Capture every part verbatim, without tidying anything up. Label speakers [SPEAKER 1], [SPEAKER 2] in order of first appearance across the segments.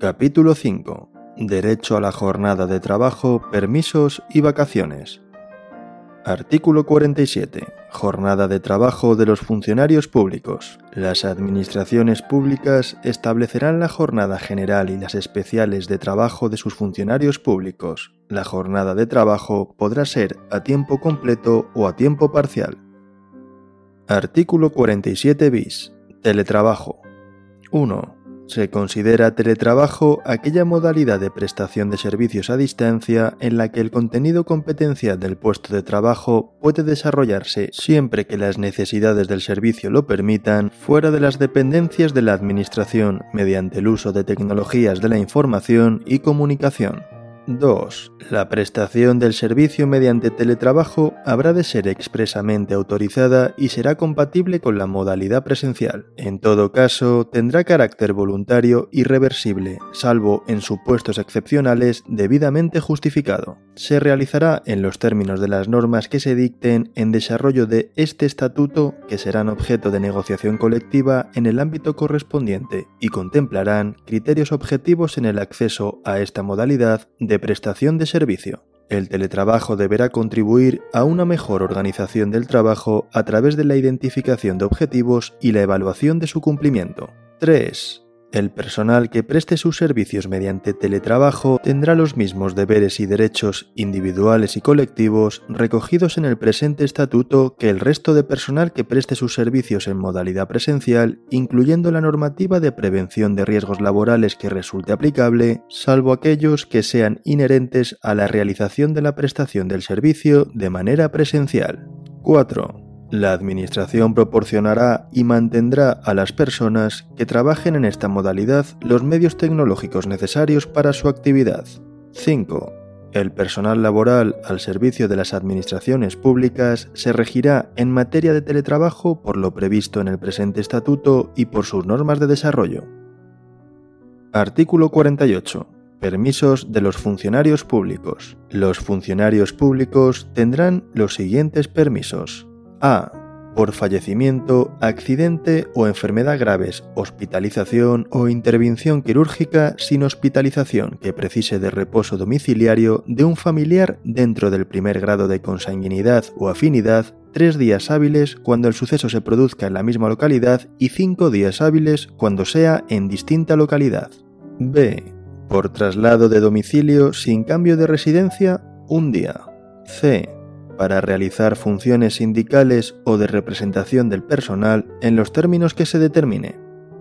[SPEAKER 1] Capítulo cinco. Derecho a la jornada de trabajo, permisos y vacaciones. Artículo cuarenta y siete. Jornada de trabajo de los funcionarios públicos. Las administraciones públicas establecerán la jornada general y las especiales de trabajo de sus funcionarios públicos. La jornada de trabajo podrá ser a tiempo completo o a tiempo parcial. Artículo cuarenta y siete bis. Teletrabajo. uno. Se considera teletrabajo aquella modalidad de prestación de servicios a distancia en la que el contenido competencial del puesto de trabajo puede desarrollarse siempre que las necesidades del servicio lo permitan, fuera de las dependencias de la Administración, mediante el uso de tecnologías de la información y comunicación. dos. La prestación del servicio mediante teletrabajo habrá de ser expresamente autorizada y será compatible con la modalidad presencial. En todo caso, tendrá carácter voluntario y reversible, salvo en supuestos excepcionales debidamente justificado. Se realizará en los términos de las normas que se dicten en desarrollo de este estatuto, que serán objeto de negociación colectiva en el ámbito correspondiente y contemplarán criterios objetivos en el acceso a esta modalidad de prestación de servicio. El teletrabajo deberá contribuir a una mejor organización del trabajo a través de la identificación de objetivos y la evaluación de su cumplimiento. tres. El personal que preste sus servicios mediante teletrabajo tendrá los mismos deberes y derechos individuales y colectivos recogidos en el presente estatuto que el resto de personal que preste sus servicios en modalidad presencial, incluyendo la normativa de prevención de riesgos laborales que resulte aplicable, salvo aquellos que sean inherentes a la realización de la prestación del servicio de manera presencial. cuatro. La Administración proporcionará y mantendrá a las personas que trabajen en esta modalidad los medios tecnológicos necesarios para su actividad. cinco. El personal laboral al servicio de las administraciones públicas se regirá en materia de teletrabajo por lo previsto en el presente estatuto y por sus normas de desarrollo. Artículo cuarenta y ocho. Permisos de los funcionarios públicos. Los funcionarios públicos tendrán los siguientes permisos. A. Por fallecimiento, accidente o enfermedad graves, hospitalización o intervención quirúrgica sin hospitalización que precise de reposo domiciliario de un familiar dentro del primer grado de consanguinidad o afinidad, tres días hábiles cuando el suceso se produzca en la misma localidad y cinco días hábiles cuando sea en distinta localidad. B. Por traslado de domicilio sin cambio de residencia, un día. C. Para realizar funciones sindicales o de representación del personal en los términos que se determine.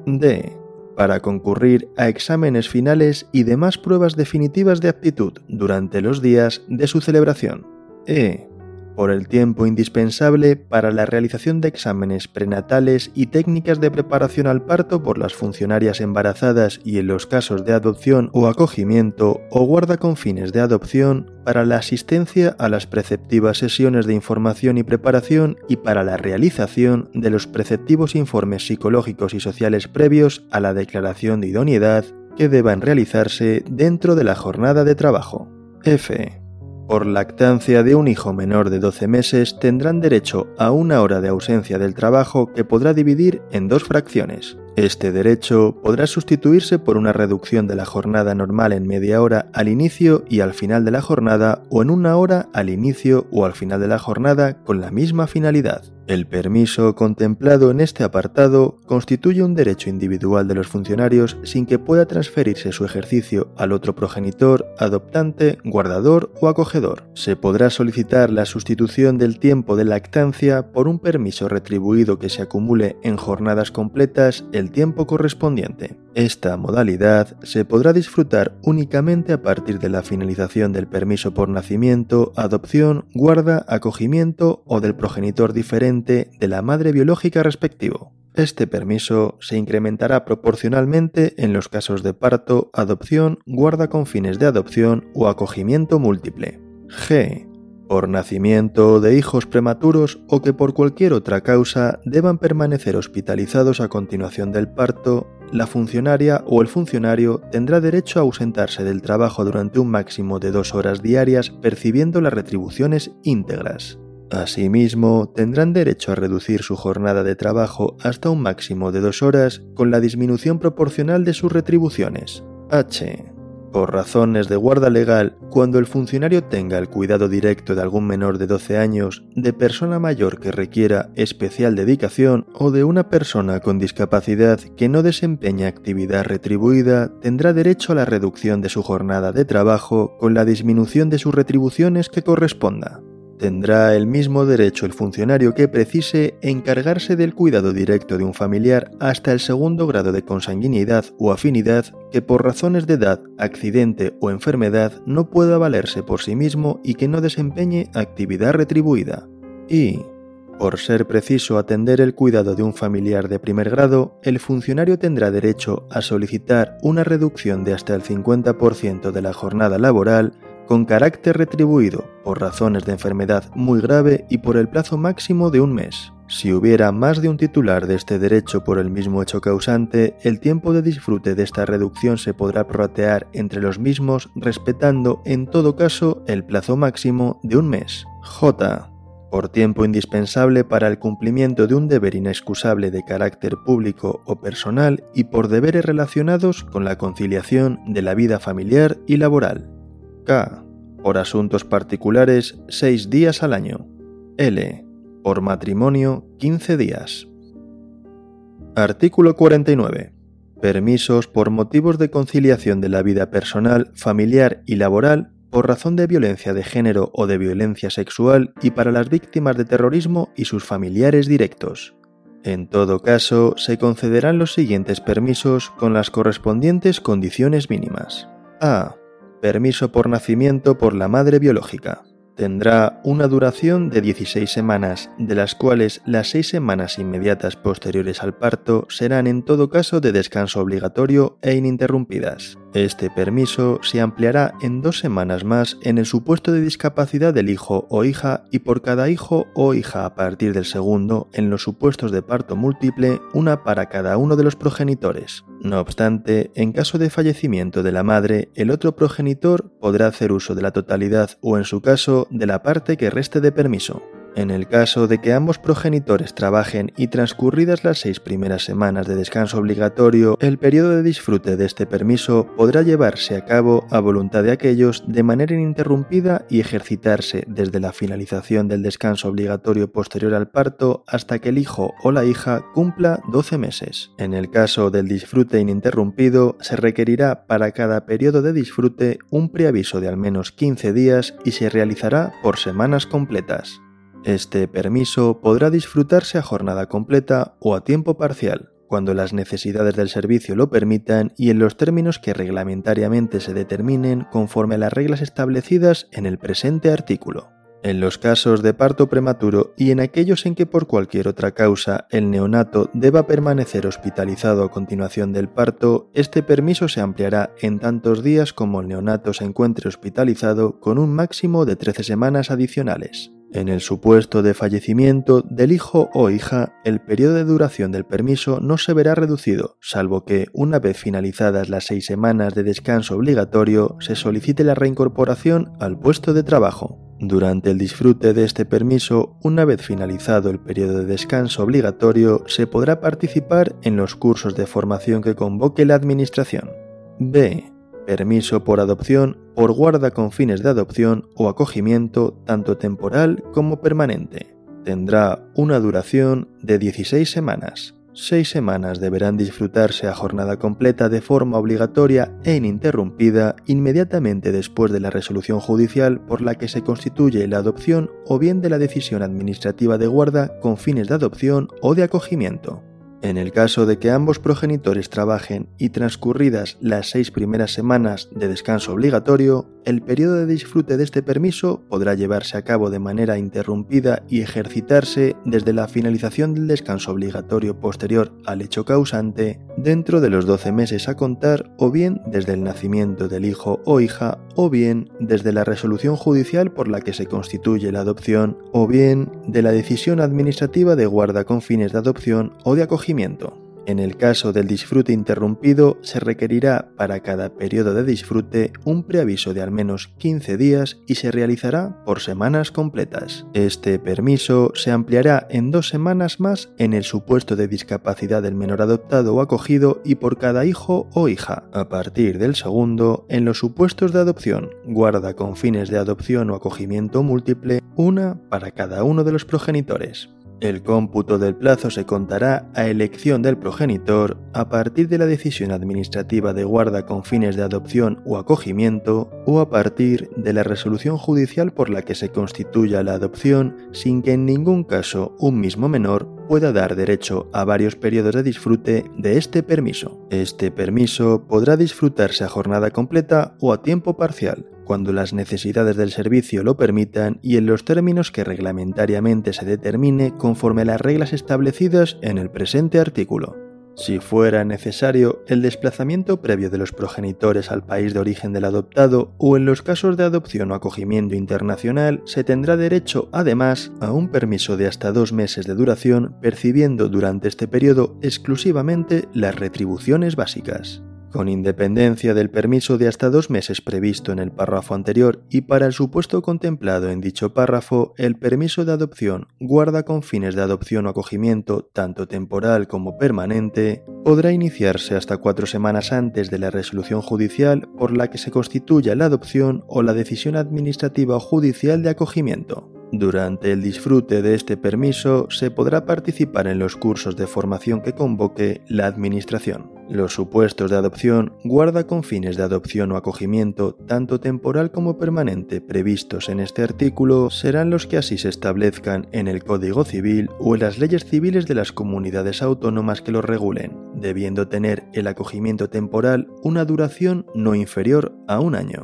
[SPEAKER 1] D. Para concurrir a exámenes finales y demás pruebas definitivas de aptitud durante los días de su celebración. E. Por el tiempo indispensable para la realización de exámenes prenatales y técnicas de preparación al parto por las funcionarias embarazadas y en los casos de adopción o acogimiento o guarda con fines de adopción, para la asistencia a las preceptivas sesiones de información y preparación y para la realización de los preceptivos informes psicológicos y sociales previos a la declaración de idoneidad que deban realizarse dentro de la jornada de trabajo. F. Por lactancia de un hijo menor de doce meses tendrán derecho a una hora de ausencia del trabajo que podrá dividir en dos fracciones. Este derecho podrá sustituirse por una reducción de la jornada normal en media hora al inicio y al final de la jornada o en una hora al inicio o al final de la jornada con la misma finalidad. El permiso contemplado en este apartado constituye un derecho individual de los funcionarios sin que pueda transferirse su ejercicio al otro progenitor, adoptante, guardador o acogedor. Se podrá solicitar la sustitución del tiempo de lactancia por un permiso retribuido que se acumule en jornadas completas el tiempo correspondiente. Esta modalidad se podrá disfrutar únicamente a partir de la finalización del permiso por nacimiento, adopción, guarda, acogimiento o del progenitor diferente de la madre biológica respectivo. Este permiso se incrementará proporcionalmente en los casos de parto, adopción, guarda con fines de adopción o acogimiento múltiple. G. Por nacimiento de hijos prematuros o que por cualquier otra causa deban permanecer hospitalizados a continuación del parto, la funcionaria o el funcionario tendrá derecho a ausentarse del trabajo durante un máximo de dos horas diarias percibiendo las retribuciones íntegras. Asimismo, tendrán derecho a reducir su jornada de trabajo hasta un máximo de dos horas con la disminución proporcional de sus retribuciones. H. Por razones de guarda legal, cuando el funcionario tenga el cuidado directo de algún menor de doce años, de persona mayor que requiera especial dedicación o de una persona con discapacidad que no desempeña actividad retribuida, tendrá derecho a la reducción de su jornada de trabajo con la disminución de sus retribuciones que corresponda. Tendrá el mismo derecho el funcionario que precise encargarse del cuidado directo de un familiar hasta el segundo grado de consanguinidad o afinidad que por razones de edad, accidente o enfermedad no pueda valerse por sí mismo y que no desempeñe actividad retribuida. Y, por ser preciso atender el cuidado de un familiar de primer grado, el funcionario tendrá derecho a solicitar una reducción de hasta el cincuenta por ciento de la jornada laboral con carácter retribuido por razones de enfermedad muy grave y por el plazo máximo de un mes. Si hubiera más de un titular de este derecho por el mismo hecho causante, el tiempo de disfrute de esta reducción se podrá prorratear entre los mismos, respetando en todo caso el plazo máximo de un mes. J. Por tiempo indispensable para el cumplimiento de un deber inexcusable de carácter público o personal y por deberes relacionados con la conciliación de la vida familiar y laboral. K. Por asuntos particulares, seis días al año. L. Por matrimonio, quince días. Artículo cuarenta y nueve. Permisos por motivos de conciliación de la vida personal, familiar y laboral por razón de violencia de género o de violencia sexual y para las víctimas de terrorismo y sus familiares directos. En todo caso, se concederán los siguientes permisos con las correspondientes condiciones mínimas. A. Permiso por nacimiento por la madre biológica. Tendrá una duración de dieciséis semanas, de las cuales las seis semanas inmediatas posteriores al parto serán en todo caso de descanso obligatorio e ininterrumpidas. Este permiso se ampliará en dos semanas más en el supuesto de discapacidad del hijo o hija y por cada hijo o hija a partir del segundo en los supuestos de parto múltiple, una para cada uno de los progenitores. No obstante, en caso de fallecimiento de la madre, el otro progenitor podrá hacer uso de la totalidad o en su caso de la parte que reste de permiso. En el caso de que ambos progenitores trabajen y transcurridas las seis primeras semanas de descanso obligatorio, el periodo de disfrute de este permiso podrá llevarse a cabo a voluntad de aquellos de manera ininterrumpida y ejercitarse desde la finalización del descanso obligatorio posterior al parto hasta que el hijo o la hija cumpla doce meses. En el caso del disfrute ininterrumpido, se requerirá para cada periodo de disfrute un preaviso de al menos quince días y se realizará por semanas completas. Este permiso podrá disfrutarse a jornada completa o a tiempo parcial, cuando las necesidades del servicio lo permitan y en los términos que reglamentariamente se determinen conforme a las reglas establecidas en el presente artículo. En los casos de parto prematuro y en aquellos en que por cualquier otra causa el neonato deba permanecer hospitalizado a continuación del parto, este permiso se ampliará en tantos días como el neonato se encuentre hospitalizado con un máximo de trece semanas adicionales. En el supuesto de fallecimiento del hijo o hija, el periodo de duración del permiso no se verá reducido, salvo que, una vez finalizadas las seis semanas de descanso obligatorio, se solicite la reincorporación al puesto de trabajo. Durante el disfrute de este permiso, una vez finalizado el periodo de descanso obligatorio, se podrá participar en los cursos de formación que convoque la Administración. B. Permiso por adopción, por guarda con fines de adopción o acogimiento, tanto temporal como permanente. Tendrá una duración de dieciséis semanas. Seis semanas deberán disfrutarse a jornada completa de forma obligatoria e ininterrumpida inmediatamente después de la resolución judicial por la que se constituye la adopción o bien de la decisión administrativa de guarda con fines de adopción o de acogimiento. En el caso de que ambos progenitores trabajen y transcurridas las seis primeras semanas de descanso obligatorio, el periodo de disfrute de este permiso podrá llevarse a cabo de manera interrumpida y ejercitarse desde la finalización del descanso obligatorio posterior al hecho causante, dentro de los doce meses a contar, o bien desde el nacimiento del hijo o hija, o bien desde la resolución judicial por la que se constituye la adopción, o bien de la decisión administrativa de guarda con fines de adopción o de acogimiento. En el caso del disfrute interrumpido, se requerirá para cada periodo de disfrute un preaviso de al menos quince días y se realizará por semanas completas. Este permiso se ampliará en dos semanas más en el supuesto de discapacidad del menor adoptado o acogido y por cada hijo o hija. A partir del segundo, en los supuestos de adopción, guarda con fines de adopción o acogimiento múltiple, una para cada uno de los progenitores. El cómputo del plazo se contará a elección del progenitor a partir de la decisión administrativa de guarda con fines de adopción o acogimiento o a partir de la resolución judicial por la que se constituya la adopción, sin que en ningún caso un mismo menor pueda dar derecho a varios periodos de disfrute de este permiso. Este permiso podrá disfrutarse a jornada completa o a tiempo parcial, cuando las necesidades del servicio lo permitan y en los términos que reglamentariamente se determine conforme a las reglas establecidas en el presente artículo. Si fuera necesario, el desplazamiento previo de los progenitores al país de origen del adoptado o en los casos de adopción o acogimiento internacional, se tendrá derecho, además, a un permiso de hasta dos meses de duración, percibiendo durante este periodo exclusivamente las retribuciones básicas. Con independencia del permiso de hasta dos meses previsto en el párrafo anterior y para el supuesto contemplado en dicho párrafo, el permiso de adopción, guarda con fines de adopción o acogimiento, tanto temporal como permanente, podrá iniciarse hasta cuatro semanas antes de la resolución judicial por la que se constituya la adopción o la decisión administrativa o judicial de acogimiento. Durante el disfrute de este permiso se podrá participar en los cursos de formación que convoque la Administración. Los supuestos de adopción, guarda con fines de adopción o acogimiento, tanto temporal como permanente, previstos en este artículo, serán los que así se establezcan en el Código Civil o en las leyes civiles de las comunidades autónomas que los regulen, debiendo tener el acogimiento temporal una duración no inferior a un año.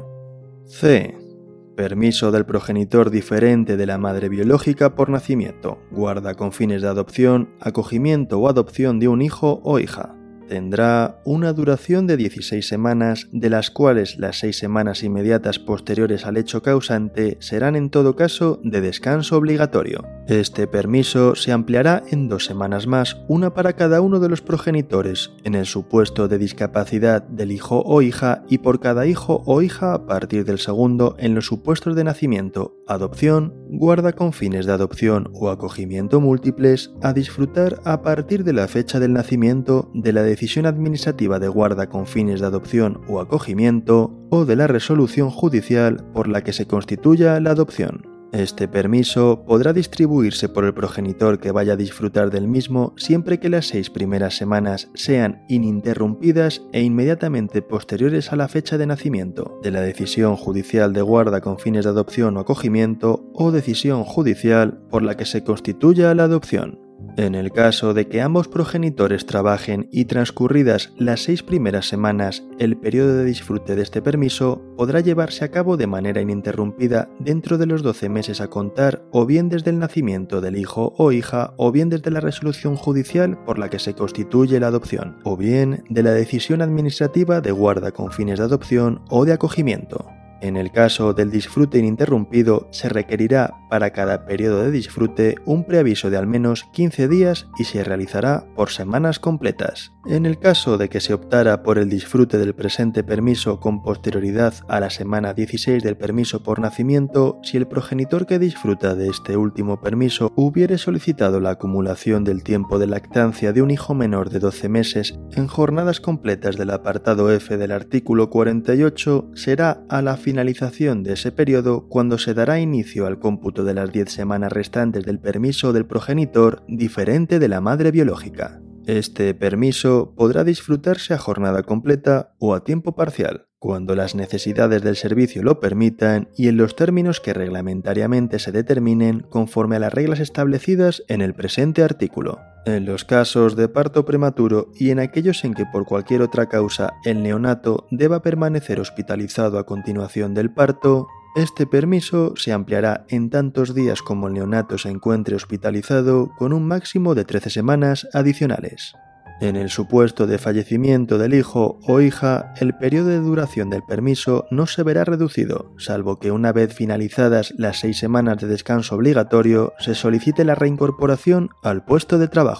[SPEAKER 1] C. Permiso del progenitor diferente de la madre biológica por nacimiento, guarda con fines de adopción, acogimiento o adopción de un hijo o hija. Tendrá una duración de dieciséis semanas, de las cuales las seis semanas inmediatas posteriores al hecho causante serán en todo caso de descanso obligatorio. Este permiso se ampliará en dos semanas más, una para cada uno de los progenitores, en el supuesto de discapacidad del hijo o hija y por cada hijo o hija a partir del segundo en los supuestos de nacimiento, adopción, guarda con fines de adopción o acogimiento múltiples, a disfrutar a partir de la fecha del nacimiento de la decisión administrativa de guarda con fines de adopción o acogimiento o de la resolución judicial por la que se constituya la adopción. Este permiso podrá distribuirse por el progenitor que vaya a disfrutar del mismo siempre que las seis primeras semanas sean ininterrumpidas e inmediatamente posteriores a la fecha de nacimiento de la decisión judicial de guarda con fines de adopción o acogimiento o decisión judicial por la que se constituya la adopción. En el caso de que ambos progenitores trabajen y transcurridas las seis primeras semanas, el periodo de disfrute de este permiso podrá llevarse a cabo de manera ininterrumpida dentro de los doce meses a contar o bien desde el nacimiento del hijo o hija o bien desde la resolución judicial por la que se constituye la adopción o bien de la decisión administrativa de guarda con fines de adopción o de acogimiento. En el caso del disfrute ininterrumpido, se requerirá para cada periodo de disfrute un preaviso de al menos quince días y se realizará por semanas completas. En el caso de que se optara por el disfrute del presente permiso con posterioridad a la semana dieciséis del permiso por nacimiento, si el progenitor que disfruta de este último permiso hubiere solicitado la acumulación del tiempo de lactancia de un hijo menor de doce meses en jornadas completas del apartado F del artículo cuarenta y ocho, será a la finalización de ese periodo cuando se dará inicio al cómputo de las diez semanas restantes del permiso del progenitor diferente de la madre biológica. Este permiso podrá disfrutarse a jornada completa o a tiempo parcial, cuando las necesidades del servicio lo permitan y en los términos que reglamentariamente se determinen conforme a las reglas establecidas en el presente artículo. En los casos de parto prematuro y en aquellos en que por cualquier otra causa el neonato deba permanecer hospitalizado a continuación del parto, este permiso se ampliará en tantos días como el neonato se encuentre hospitalizado con un máximo de trece semanas adicionales. En el supuesto de fallecimiento del hijo o hija, el periodo de duración del permiso no se verá reducido, salvo que una vez finalizadas las seis semanas de descanso obligatorio, se solicite la reincorporación al puesto de trabajo.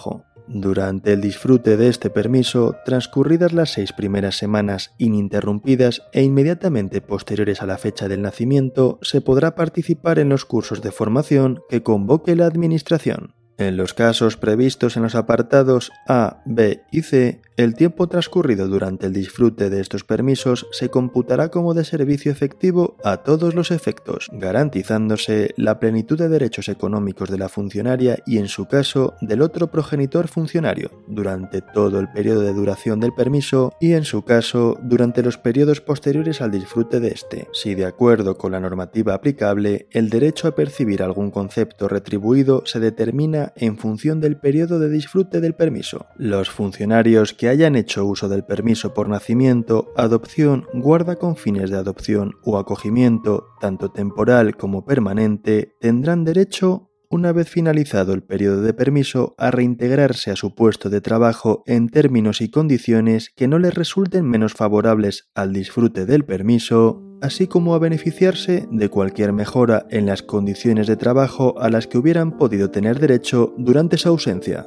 [SPEAKER 1] Durante el disfrute de este permiso, transcurridas las seis primeras semanas ininterrumpidas e inmediatamente posteriores a la fecha del nacimiento, se podrá participar en los cursos de formación que convoque la Administración. En los casos previstos en los apartados A, B y C, el tiempo transcurrido durante el disfrute de estos permisos se computará como de servicio efectivo a todos los efectos, garantizándose la plenitud de derechos económicos de la funcionaria y, en su caso, del otro progenitor funcionario, durante todo el periodo de duración del permiso y, en su caso, durante los periodos posteriores al disfrute de este, si de acuerdo con la normativa aplicable, el derecho a percibir algún concepto retribuido se determina en función del periodo de disfrute del permiso. Los funcionarios que hayan hecho uso del permiso por nacimiento, adopción, guarda con fines de adopción o acogimiento, tanto temporal como permanente, tendrán derecho, una vez finalizado el periodo de permiso, a reintegrarse a su puesto de trabajo en términos y condiciones que no les resulten menos favorables al disfrute del permiso, así como a beneficiarse de cualquier mejora en las condiciones de trabajo a las que hubieran podido tener derecho durante su ausencia.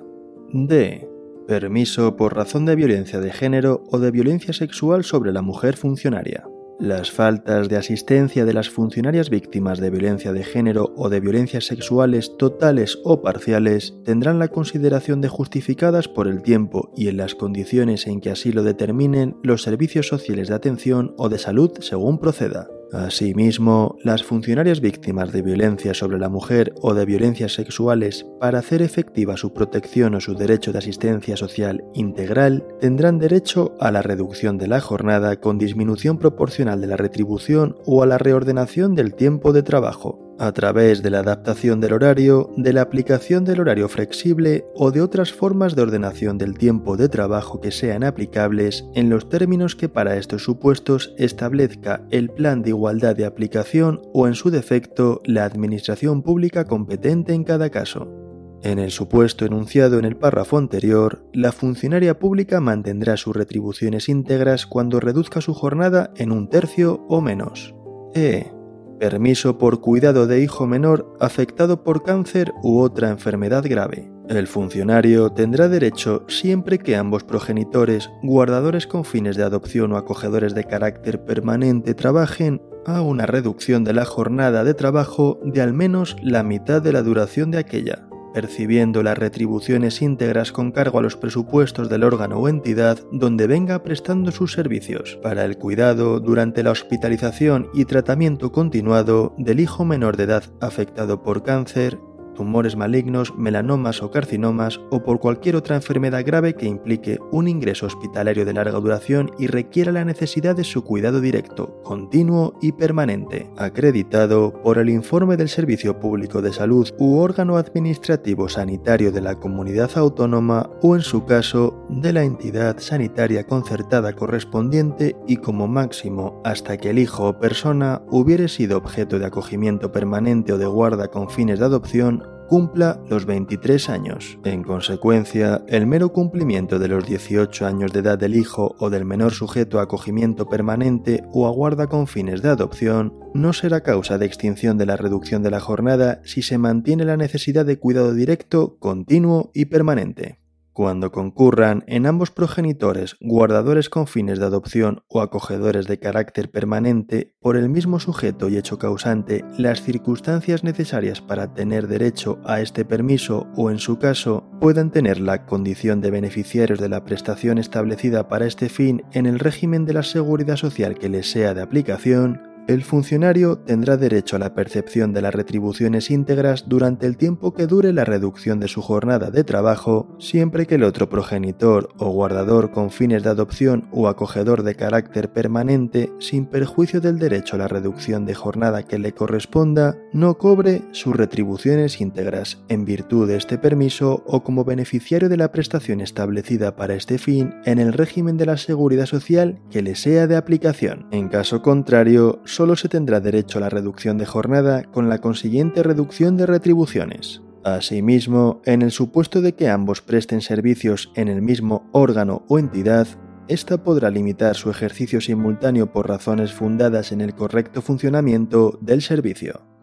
[SPEAKER 1] D. Permiso por razón de violencia de género o de violencia sexual sobre la mujer funcionaria. Las faltas de asistencia de las funcionarias víctimas de violencia de género o de violencias sexuales totales o parciales tendrán la consideración de justificadas por el tiempo y en las condiciones en que así lo determinen los servicios sociales de atención o de salud según proceda. Asimismo, las funcionarias víctimas de violencia sobre la mujer o de violencias sexuales, para hacer efectiva su protección o su derecho de asistencia social integral, tendrán derecho a la reducción de la jornada con disminución proporcional de la retribución o a la reordenación del tiempo de trabajo, a través de la adaptación del horario, de la aplicación del horario flexible o de otras formas de ordenación del tiempo de trabajo que sean aplicables en los términos que para estos supuestos establezca el plan de igualdad de aplicación o, en su defecto, la administración pública competente en cada caso. En el supuesto enunciado en el párrafo anterior, la funcionaria pública mantendrá sus retribuciones íntegras cuando reduzca su jornada en un tercio o menos. E. Permiso por cuidado de hijo menor afectado por cáncer u otra enfermedad grave. El funcionario tendrá derecho, siempre que ambos progenitores, guardadores con fines de adopción o acogedores de carácter permanente trabajen, a una reducción de la jornada de trabajo de al menos la mitad de la duración de aquella, percibiendo las retribuciones íntegras con cargo a los presupuestos del órgano o entidad donde venga prestando sus servicios, para el cuidado durante la hospitalización y tratamiento continuado del hijo menor de edad afectado por cáncer, tumores malignos, melanomas o carcinomas o por cualquier otra enfermedad grave que implique un ingreso hospitalario de larga duración y requiera la necesidad de su cuidado directo, continuo y permanente, acreditado por el informe del Servicio Público de Salud u órgano administrativo sanitario de la comunidad autónoma o, en su caso, de la entidad sanitaria concertada correspondiente y, como máximo, hasta que el hijo o persona hubiere sido objeto de acogimiento permanente o de guarda con fines de adopción, cumpla los veintitrés años. En consecuencia, el mero cumplimiento de los dieciocho años de edad del hijo o del menor sujeto a acogimiento permanente o a guarda con fines de adopción no será causa de extinción de la reducción de la jornada si se mantiene la necesidad de cuidado directo, continuo y permanente. Cuando concurran en ambos progenitores, guardadores con fines de adopción o acogedores de carácter permanente, por el mismo sujeto y hecho causante, las circunstancias necesarias para tener derecho a este permiso o, en su caso, puedan tener la condición de beneficiarios de la prestación establecida para este fin en el régimen de la seguridad social que les sea de aplicación, el funcionario tendrá derecho a la percepción de las retribuciones íntegras durante el tiempo que dure la reducción de su jornada de trabajo, siempre que el otro progenitor o guardador con fines de adopción o acogedor de carácter permanente, sin perjuicio del derecho a la reducción de jornada que le corresponda, no cobre sus retribuciones íntegras en virtud de este permiso o como beneficiario de la prestación establecida para este fin en el régimen de la seguridad social que le sea de aplicación. En caso contrario, solo se tendrá derecho a la reducción de jornada con la consiguiente reducción de retribuciones. Asimismo, en el supuesto de que ambos presten servicios en el mismo órgano o entidad, ésta podrá limitar su ejercicio simultáneo por razones fundadas en el correcto funcionamiento del servicio.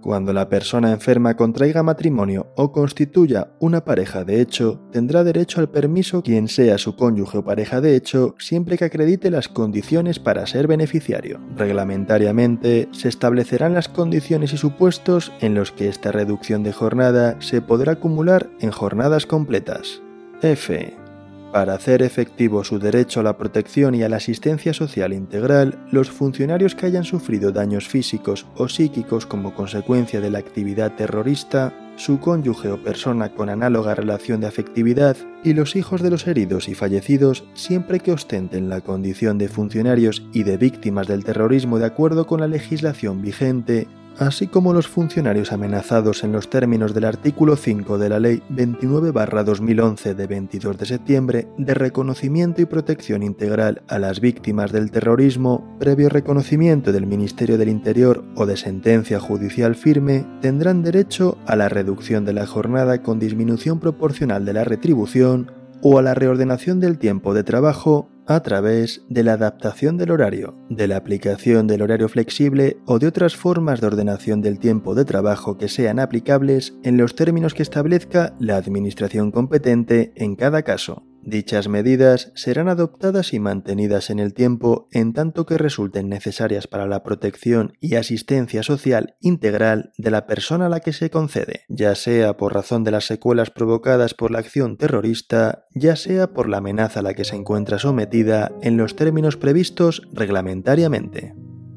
[SPEAKER 1] Cuando la persona enferma contraiga matrimonio o constituya una pareja de hecho, tendrá derecho al permiso quien sea su cónyuge o pareja de hecho, siempre que acredite las condiciones para ser beneficiario. Reglamentariamente, se establecerán las condiciones y supuestos en los que esta reducción de jornada se podrá acumular en jornadas completas. F. Para hacer efectivo su derecho a la protección y a la asistencia social integral, los funcionarios que hayan sufrido daños físicos o psíquicos como consecuencia de la actividad terrorista, su cónyuge o persona con análoga relación de afectividad y los hijos de los heridos y fallecidos, siempre que ostenten la condición de funcionarios y de víctimas del terrorismo de acuerdo con la legislación vigente, así como los funcionarios amenazados en los términos del artículo cinco de la Ley veintinueve barra dos mil once de veintidós de septiembre de reconocimiento y protección integral a las víctimas del terrorismo, previo reconocimiento del Ministerio del Interior o de sentencia judicial firme, tendrán derecho a la reducción de la jornada con disminución proporcional de la retribución o a la reordenación del tiempo de trabajo a través de la adaptación del horario, de la aplicación del horario flexible o de otras formas de ordenación del tiempo de trabajo que sean aplicables en los términos que establezca la administración competente en cada caso. Dichas medidas serán adoptadas y mantenidas en el tiempo en tanto que resulten necesarias para la protección y asistencia social integral de la persona a la que se concede, ya sea por razón de las secuelas provocadas por la acción terrorista, ya sea por la amenaza a la que se encuentra sometida en los términos previstos reglamentariamente.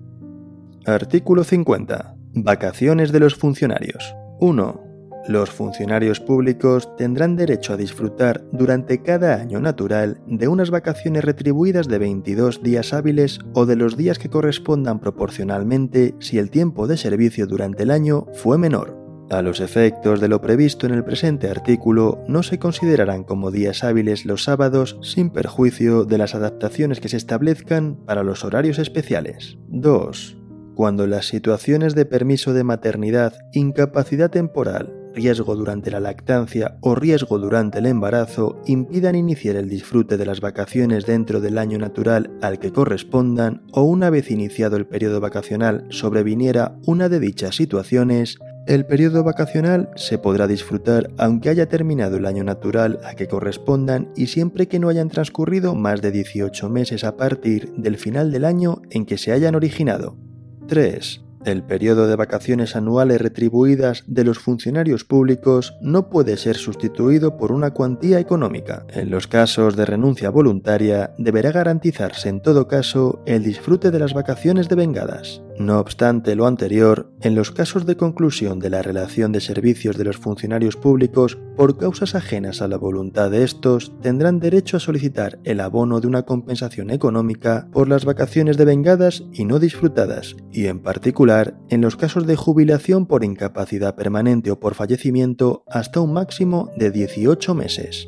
[SPEAKER 1] Artículo cincuenta. Vacaciones de los funcionarios. uno. Los funcionarios públicos tendrán derecho a disfrutar durante cada año natural de unas vacaciones retribuidas de veintidós días hábiles o de los días que correspondan proporcionalmente si el tiempo de servicio durante el año fue menor. A los efectos de lo previsto en el presente artículo, no se considerarán como días hábiles los sábados sin perjuicio de las adaptaciones que se establezcan para los horarios especiales. dos. Cuando las situaciones de permiso de maternidad, incapacidad temporal, riesgo durante la lactancia o riesgo durante el embarazo impidan iniciar el disfrute de las vacaciones dentro del año natural al que correspondan o una vez iniciado el periodo vacacional sobreviniera una de dichas situaciones, el periodo vacacional se podrá disfrutar aunque haya terminado el año natural a que correspondan y siempre que no hayan transcurrido más de dieciocho meses a partir del final del año en que se hayan originado. tres. El periodo de vacaciones anuales retribuidas de los funcionarios públicos no puede ser sustituido por una cuantía económica. En los casos de renuncia voluntaria, deberá garantizarse en todo caso el disfrute de las vacaciones devengadas. No obstante lo anterior, en los casos de conclusión de la relación de servicios de los funcionarios públicos por causas ajenas a la voluntad de estos, tendrán derecho a solicitar el abono de una compensación económica por las vacaciones devengadas y no disfrutadas, y en particular en los casos de jubilación por incapacidad permanente o por fallecimiento hasta un máximo de dieciocho meses.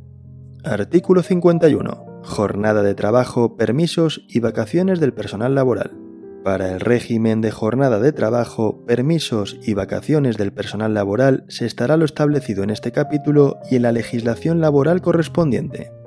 [SPEAKER 1] Artículo cincuenta y uno. Jornada de trabajo, permisos y vacaciones del personal laboral. Para el régimen de jornada de trabajo, permisos y vacaciones del personal laboral se estará lo establecido en este capítulo y en la legislación laboral correspondiente.